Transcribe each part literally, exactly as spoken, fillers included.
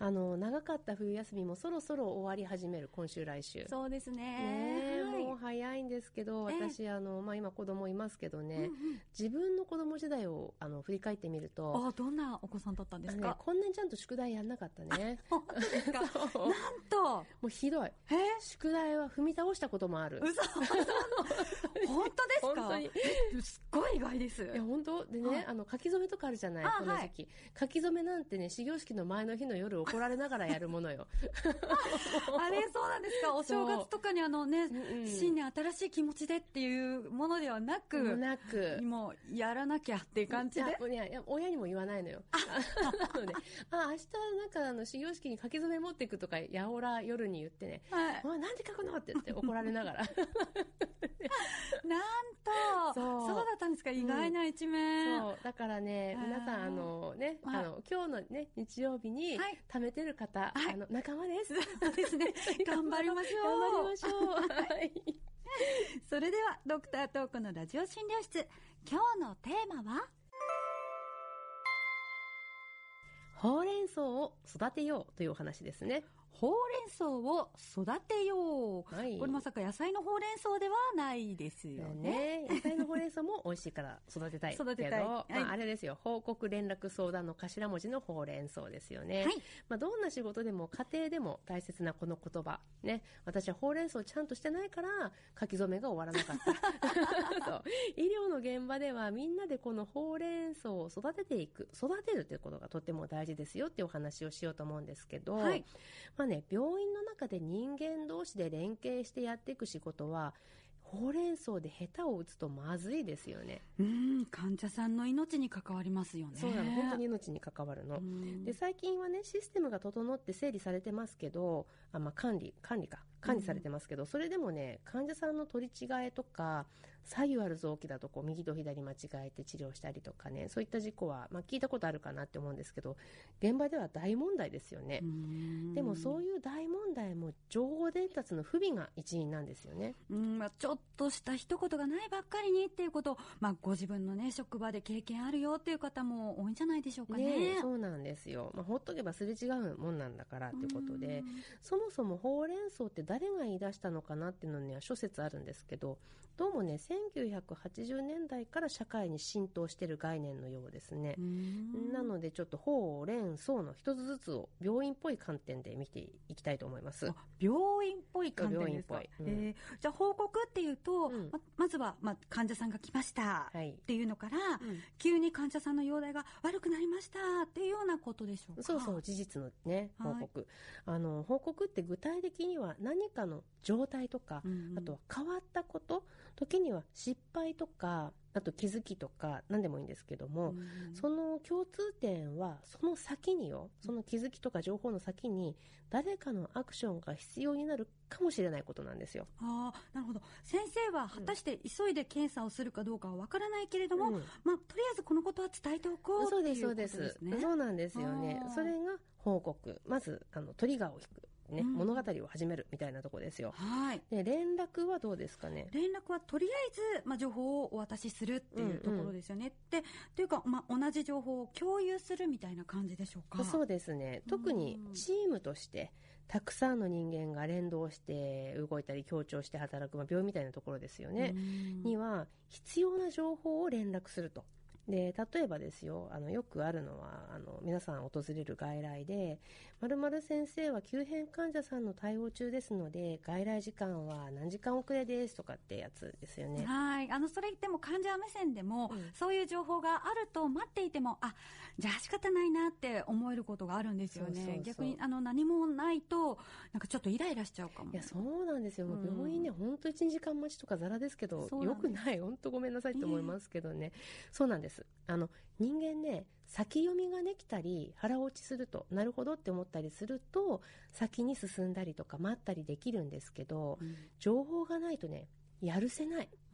あの長かった冬休みもそろそろ終わり始める、今週来週。 そうですね。 ね、 はい、 もう早いんですけど、私、あのまあ、今子供いますけどね、うんうん、自分の子供時代をあの振り返ってみると、 あ、どんなお子さんだったんですか？ ね、こんなにちゃんと宿題やんなかったね。 本当ですか？なんともうひどい。宿題は踏み倒したこともある。 嘘本当ですか？本当にすっごい意外です。 いや本当でね、はい、あの書き初めとかあるじゃない、この時期、はい、書き初めなんてね、始業式の前の日の夜怒られながらやるものよ。 あれ、そうなんですか？お正月とかにあのね、うんうん、新年新しい気持ちでっていうものではなく、 もなくもうやらなきゃっていう感じで。 いやいや、親にも言わないのよ。なので、あ、明日なんかあの始業式に書き初め持っていくとか、やおら夜に言ってね、はい、なんで書くのって言って怒られながら。 なんとそう、そうだったんですか？意外な一面。 うん、そうだからね、皆さんあのね、はい、あの今日のね日曜日に貯めてる方、はい、あの仲間です。 そうですね。頑張りましょう。 頑張りましょう。はい。 それではドクタートークのラジオ診療室、今日のテーマはほうれん草を育てようというお話ですね。 ほうれん草を育てよう、はい、これまさか野菜のほうれん草ではないですよね。 ね、野菜のほうれん草も美味しいから育てたいけど育てたい、はい、 まあ、あれですよ、報告連絡相談の頭文字のほうれん草ですよね、はい、まあ、どんな仕事でも家庭でも大切なこの言葉ね、私はほうれん草をちゃんとしてないから書き初めが終わらなかったそう、医療の現場ではみんなでこのほうれん草を育てていく、育てるということがとても大事ですよっていうお話をしようと思うんですけど、はい、まあね、病院の中で人間同士で連携してやっていく仕事は、ほうれん草でヘタを打つとまずいですよね。 うん、患者さんの命に関わりますよね。 そうなの、本当に命に関わるの。で、最近はね、システムが整って整理されてますけど、あ、まあ、管理管理か管理されてますけど、うん、それでもね、患者さんの取り違えとか、左右ある臓器だとこう右と左間違えて治療したりとかね、そういった事故は、まあ、聞いたことあるかなって思うんですけど、現場では大問題ですよね。でもそういう大問題も情報伝達の不備が一因なんですよね。 うん、まあ、ちょっとした一言がないばっかりにっていうことを、まあ、ご自分のね職場で経験あるよっていう方も多いんじゃないでしょうかね。 ね、そうなんですよ、まあ、ほっとけばすれ違うもんなんだからっていうことで、そもそもほうれん草って誰が言い出したのかなっていうのには諸説あるんですけど、どうもねせんきゅうひゃくはちじゅうねんだいから社会に浸透している概念のようですね。なのでちょっとほうれん草の一つずつを病院っぽい観点で見ていきたいと思います。 病院っぽい観点ですか。病院っぽい、うん、えー、じゃあ報告っていうと、うん、ま, まずは、まあ、患者さんが来ましたっていうのから、はい、うん、急に患者さんの容体が悪くなりましたっていうようなことでしょうか。 そうそう、事実のね報告、はい、あの報告って具体的には何かの状態とか、うんうん、あとは変わったこと、時には失敗とか、あと気づきとか何でもいいんですけども、うん、その共通点はその先によ、その気づきとか情報の先に誰かのアクションが必要になるかもしれないことなんですよ。 ああ、なるほど。先生は果たして急いで検査をするかどうかはわからないけれども、うん、まあ、とりあえずこのことは伝えておこうっていうことですね。そうです、そうです。そうなんですよね。それが報告。まずあのトリガーを引く。ね、うん、物語を始めるみたいなところですよ。 はい。 で、連絡はどうですかね。 連絡はとりあえず、まあ、情報をお渡しするっていうところですよね。うんうん、で、というか、まあ、同じ情報を共有するみたいな感じでしょうか。 そうですね。特にチームとしてたくさんの人間が連動して動いたり協調して働く、まあ、病院みたいなところですよね。には必要な情報を連絡すると。で、例えばですよ、あのよくあるのはあの皆さん訪れる外来で、〇〇先生は急変患者さんの対応中ですので外来時間は何時間遅れですとかってやつですよね。 はい、あのそれでも患者目線でも、うん、そういう情報があると待っていても、あ、じゃあ仕方ないなって思えることがあるんですよね。そうそうそう、逆にあの何もないとなんかちょっとイライラしちゃうかも。 いや、そうなんですよ。もう病院ね、本当いちにじかん待ちとかザラですけど、よくない、本当ごめんなさいと思いますけどね、えー、そうなんです。あの人間ね、先読みができたり腹落ちすると、なるほどって思ったりすると先に進んだりとか待ったりできるんですけど、うん、情報がないとねやるせない。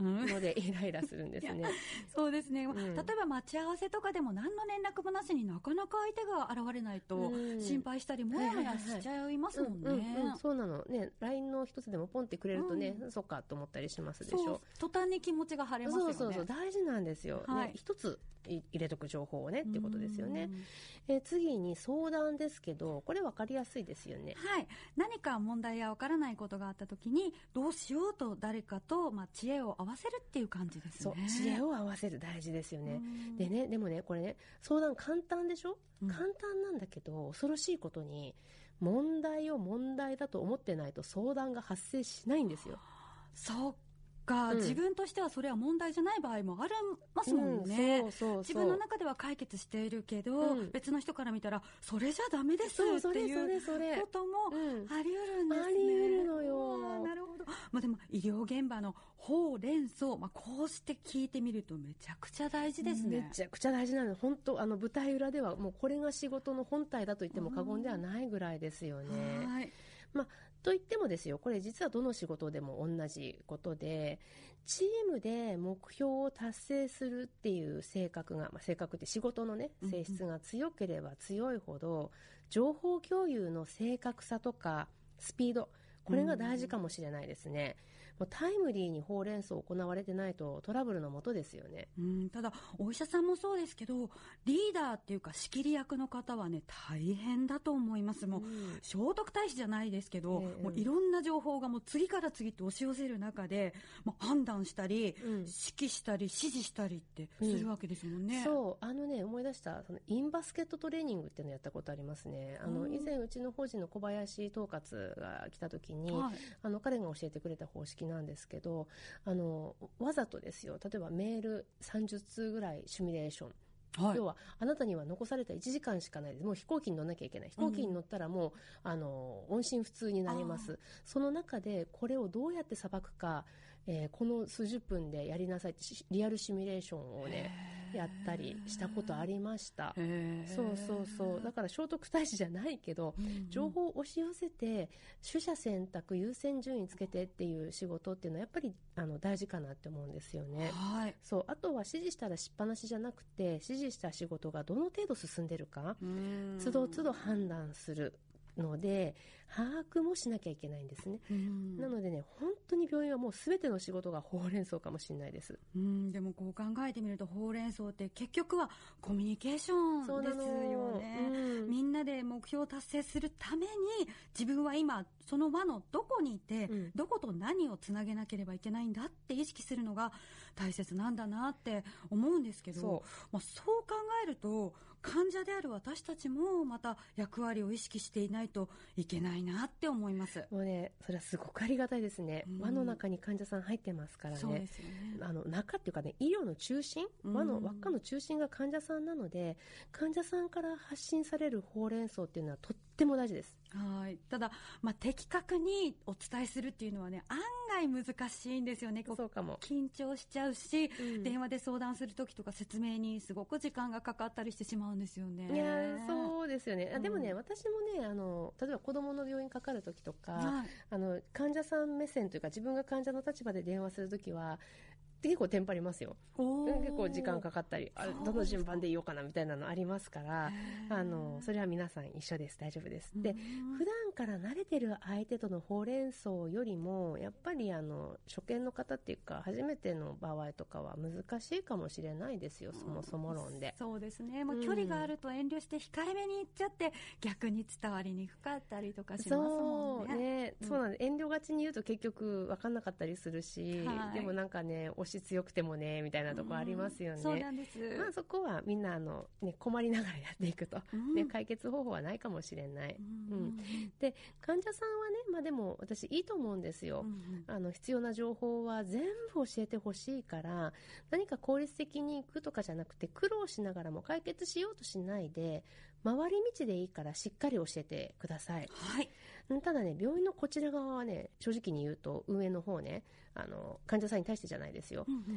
のでイライラするんですね。 そうですね、うん、例えば待ち合わせとかでも何の連絡もなしになかなか相手が現れないと心配したりもやもやしちゃいますもんね。 そうなのね。 ライン の一つでもポンってくれるとね、うん、そっかと思ったりしますでしょ。 途端に気持ちが晴れますよね。 そうそうそう、大事なんですよ、はい、ね、一つ入れとく情報をねっていうことですよね。えー、次に相談ですけど、これ分かりやすいですよね。 はい、何か問題や分からないことがあった時にどうしようと誰かと、まあ、知恵を合わせるっていう感じですね。 そう、知恵を合わせる、大事ですよね。でね、でもね、これね、相談簡単でしょ、うん、簡単なんだけど恐ろしいことに問題を問題だと思ってないと相談が発生しないんですよ。 そうか、うん、自分としてはそれは問題じゃない場合もありますもんね、うん、そうそうそう、自分の中では解決しているけど、うん、別の人から見たらそれじゃダメですっていうこともあり得るんですね。 あり得るのよ。 なるほど。まあ、でも医療現場のほうれん草、まあ、こうして聞いてみるとめちゃくちゃ大事ですね。 めちゃくちゃ大事なの。本当、あの舞台裏ではもうこれが仕事の本体だと言っても過言ではないぐらいですよね。はい、まあといってもですよ、これ実はどの仕事でも同じことで、チームで目標を達成するっていう性格が、まあ、性格って仕事のね性質が強ければ強いほど、うんうん、情報共有の正確さとかスピード、これが大事かもしれないですね。もうタイムリーにほうれん草行われてないとトラブルのもとですよね。 うん、ただお医者さんもそうですけど、リーダーっていうか仕切り役の方はね大変だと思います。もう、うん、聖徳太子じゃないですけど、えー、もういろんな情報がもう次から次と押し寄せる中で、もう判断したり、うん、指揮したり指示したりってするわけですもんね。 うん、そうあのね思い出した、そのインバスケットトレーニングっていうのをやったことありますね。あの以前うちの法人の小林統括が来た時に、はい、あの彼が教えてくれた方式なんですけど、あのわざとですよ、例えばメールさんじゅっつうぐらいシミュレーション、はい、要はあなたには残されたいちじかんしかないです。もう飛行機に乗らなきゃいけない。飛行機に乗ったらもう、うん、あの音信不通になります。その中でこれをどうやってさばくか、えー、この数十分でやりなさいってリアルシミュレーションをねやったりしたことありました。そうそうそう。だから聖徳太子じゃないけど、うんうん、情報を押し寄せて取捨選択優先順位つけてっていう仕事っていうのはやっぱりあの大事かなって思うんですよね。はい、そうあとは指示したらしっぱなしじゃなくて、指示した仕事がどの程度進んでるか都度都度判断するので把握もしなきゃいけないんですね。なのでね、本当に病院はもう全ての仕事がほうれん草かもしれないです。 うんでもこう考えてみると、ほうれん草って結局はコミュニケーションですよね。うん、みんなで目標を達成するために自分は今その輪のどこにいて、うん、どこと何をつなげなければいけないんだって意識するのが大切なんだなって思うんですけど、そう、まあ、そう考えると患者である私たちもまた役割を意識していないといけないなって思います。 もうね、それはすごくありがたいですね。輪の中に患者さん入ってますからね。そうですよね。あの中っていうかね、医療の中心、輪の輪っかの中心が患者さんなので、患者さんから発信されるほうれん草っていうのはとっても大事です。 はい。ただ、まあ、的確にお伝えするっていうのはね、案外難しいんですよね。 そうかも。 緊張しちゃうし、うん、電話で相談するときとか説明にすごく時間がかかったりしてしまうんですよね。 いやそうですよね。あでもね、うん、私もね、あの例えば子どもの病院かかるときとか、はい、あの患者さん目線というか自分が患者の立場で電話するときは結構テンパりますよ。結構時間かかったり、あどの順番でいようかなみたいなのありますから、あのそれは皆さん一緒です。大丈夫です。で、普段から慣れてる相手とのほうれん草よりもやっぱりあの初見の方っていうか初めての場合とかは難しいかもしれないですよ。そもそも論で。 そうですね。もう距離があると遠慮して控えめに言っちゃって、逆に伝わりにくかったりとかしますもんね。そうね。 うん、そうなんです。遠慮がちに言うと結局分かんなかったりするし、はい、でもなんかね押し強くてもねみたいなとこありますよね。 そうなんです。 まあそこはみんなあの、ね、困りながらやっていくと、うんね、解決方法はないかもしれない。うんうん、で患者さんはね、まあ、でも私いいと思うんですよ。うんうん、あの必要な情報は全部教えてほしいから、何か効率的に行くとかじゃなくて苦労しながらも解決しようとしないで回り道でいいからしっかり教えてください。 はい。 ただね、病院のこちら側はね、正直に言うと運営の方ね、あの患者さんに対してじゃないですよ、うんうん、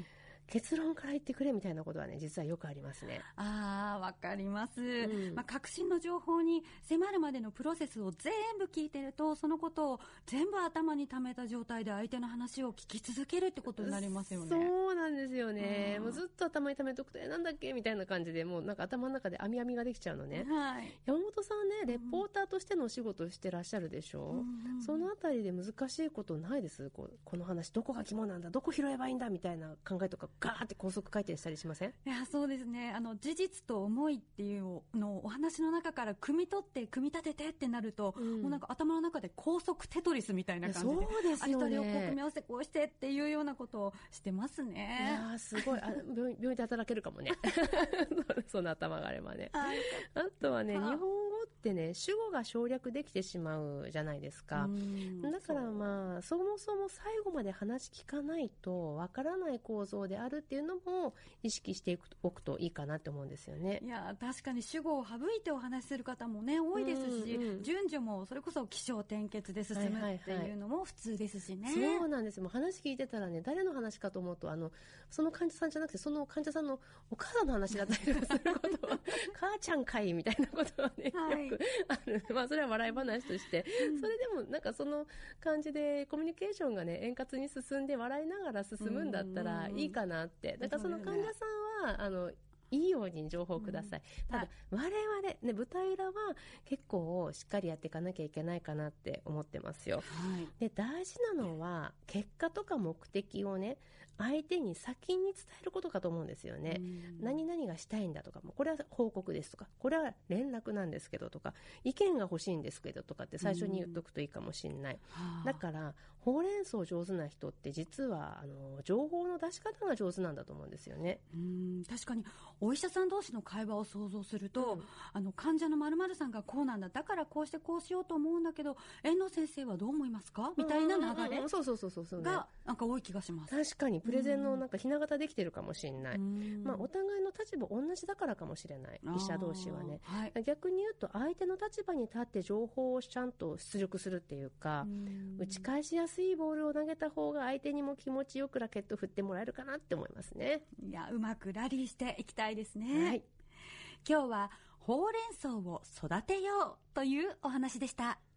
結論から言ってくれみたいなことはね、実はよくありますね。 ああ、わかります。うん、まあ、確信の情報に迫るまでのプロセスを全部聞いてると、そのことを全部頭に溜めた状態で相手の話を聞き続けるってことになりますよね。 そうなんですよね。もうずっと頭に溜めとくと、え、なんだっけみたいな感じで、もうなんか頭の中で網網ができちゃうのね。はい、山本さんね、レポーターとしてのお仕事をしてらっしゃるでしょ。うんうん、そのあたりで難しいことないです？こう、この話どこが肝なんだ、どこ拾えばいいんだみたいな考えとかガーって高速回転したりしません？ いや、そうですね。あの事実と思いっていうのをお話の中から汲み取って組み立ててってなると、うん、もうなんか頭の中で高速テトリスみたいな感じで、 そうですよね、 あれとあれをこう組み合わせてこうしてっていうようなことをしてますね。 いやすごい。あ、病院、病院で働けるかもね。その頭があればね。あ, あとはね、日本語ってね、主語が省略できてしまうじゃないですか。だからまあそもそも最後まで話聞かないとわからない構造であるっていうのも意識しておくといいかなと思うんですよね。 いや、確かに主語を省いてお話しする方もね、多いですし、うんうん、順序もそれこそ起承転結で進むっていうのも普通ですしね。 はいはいはい、そうなんです。もう話聞いてたらね、誰の話かと思うと、あのその患者さんじゃなくて、その患者さんのお母さんの話だったりとかすることは母ちゃんかいみたいなことはね、はい、よくある。まあそれは笑い話として、うん、それでもなんかその感じでコミュニケーションがね、円滑に進んで笑いながら進むんだったらいいかなって。だからその患者さんは、あのいいように情報をください。うん、ただ、我々、ね、舞台裏は結構しっかりやっていかなきゃいけないかなって思ってますよ。はい、で、大事なのは結果とか目的をね、相手に先に伝えることかと思うんですよね。何々がしたいんだとか、これは報告ですとか、これは連絡なんですけどとか、意見が欲しいんですけどとかって最初に言っとくといいかもしれない。だからほうれん草上手な人って実はあの情報の出し方が上手なんだと思うんですよね。 うーん、確かにお医者さん同士の会話を想像すると、うん、あの患者の〇〇さんがこうなんだ、だからこうしてこうしようと思うんだけど、遠藤先生はどう思いますかみたいな流れがなんか多い気がします。 確かにプレゼンのなんかひな形できてるかもしれない。まあ、お互いの立場同じだからかもしれない。医者同士はね、はい、逆に言うと相手の立場に立って情報をちゃんと出力するっていうか、う打ち返しやすいボールを投げた方が相手にも気持ちよくラケット振ってもらえるかなって思いますね。 いや、うまくラリーしていきたいですね。はい、今日はほうれん草を育てようというお話でした。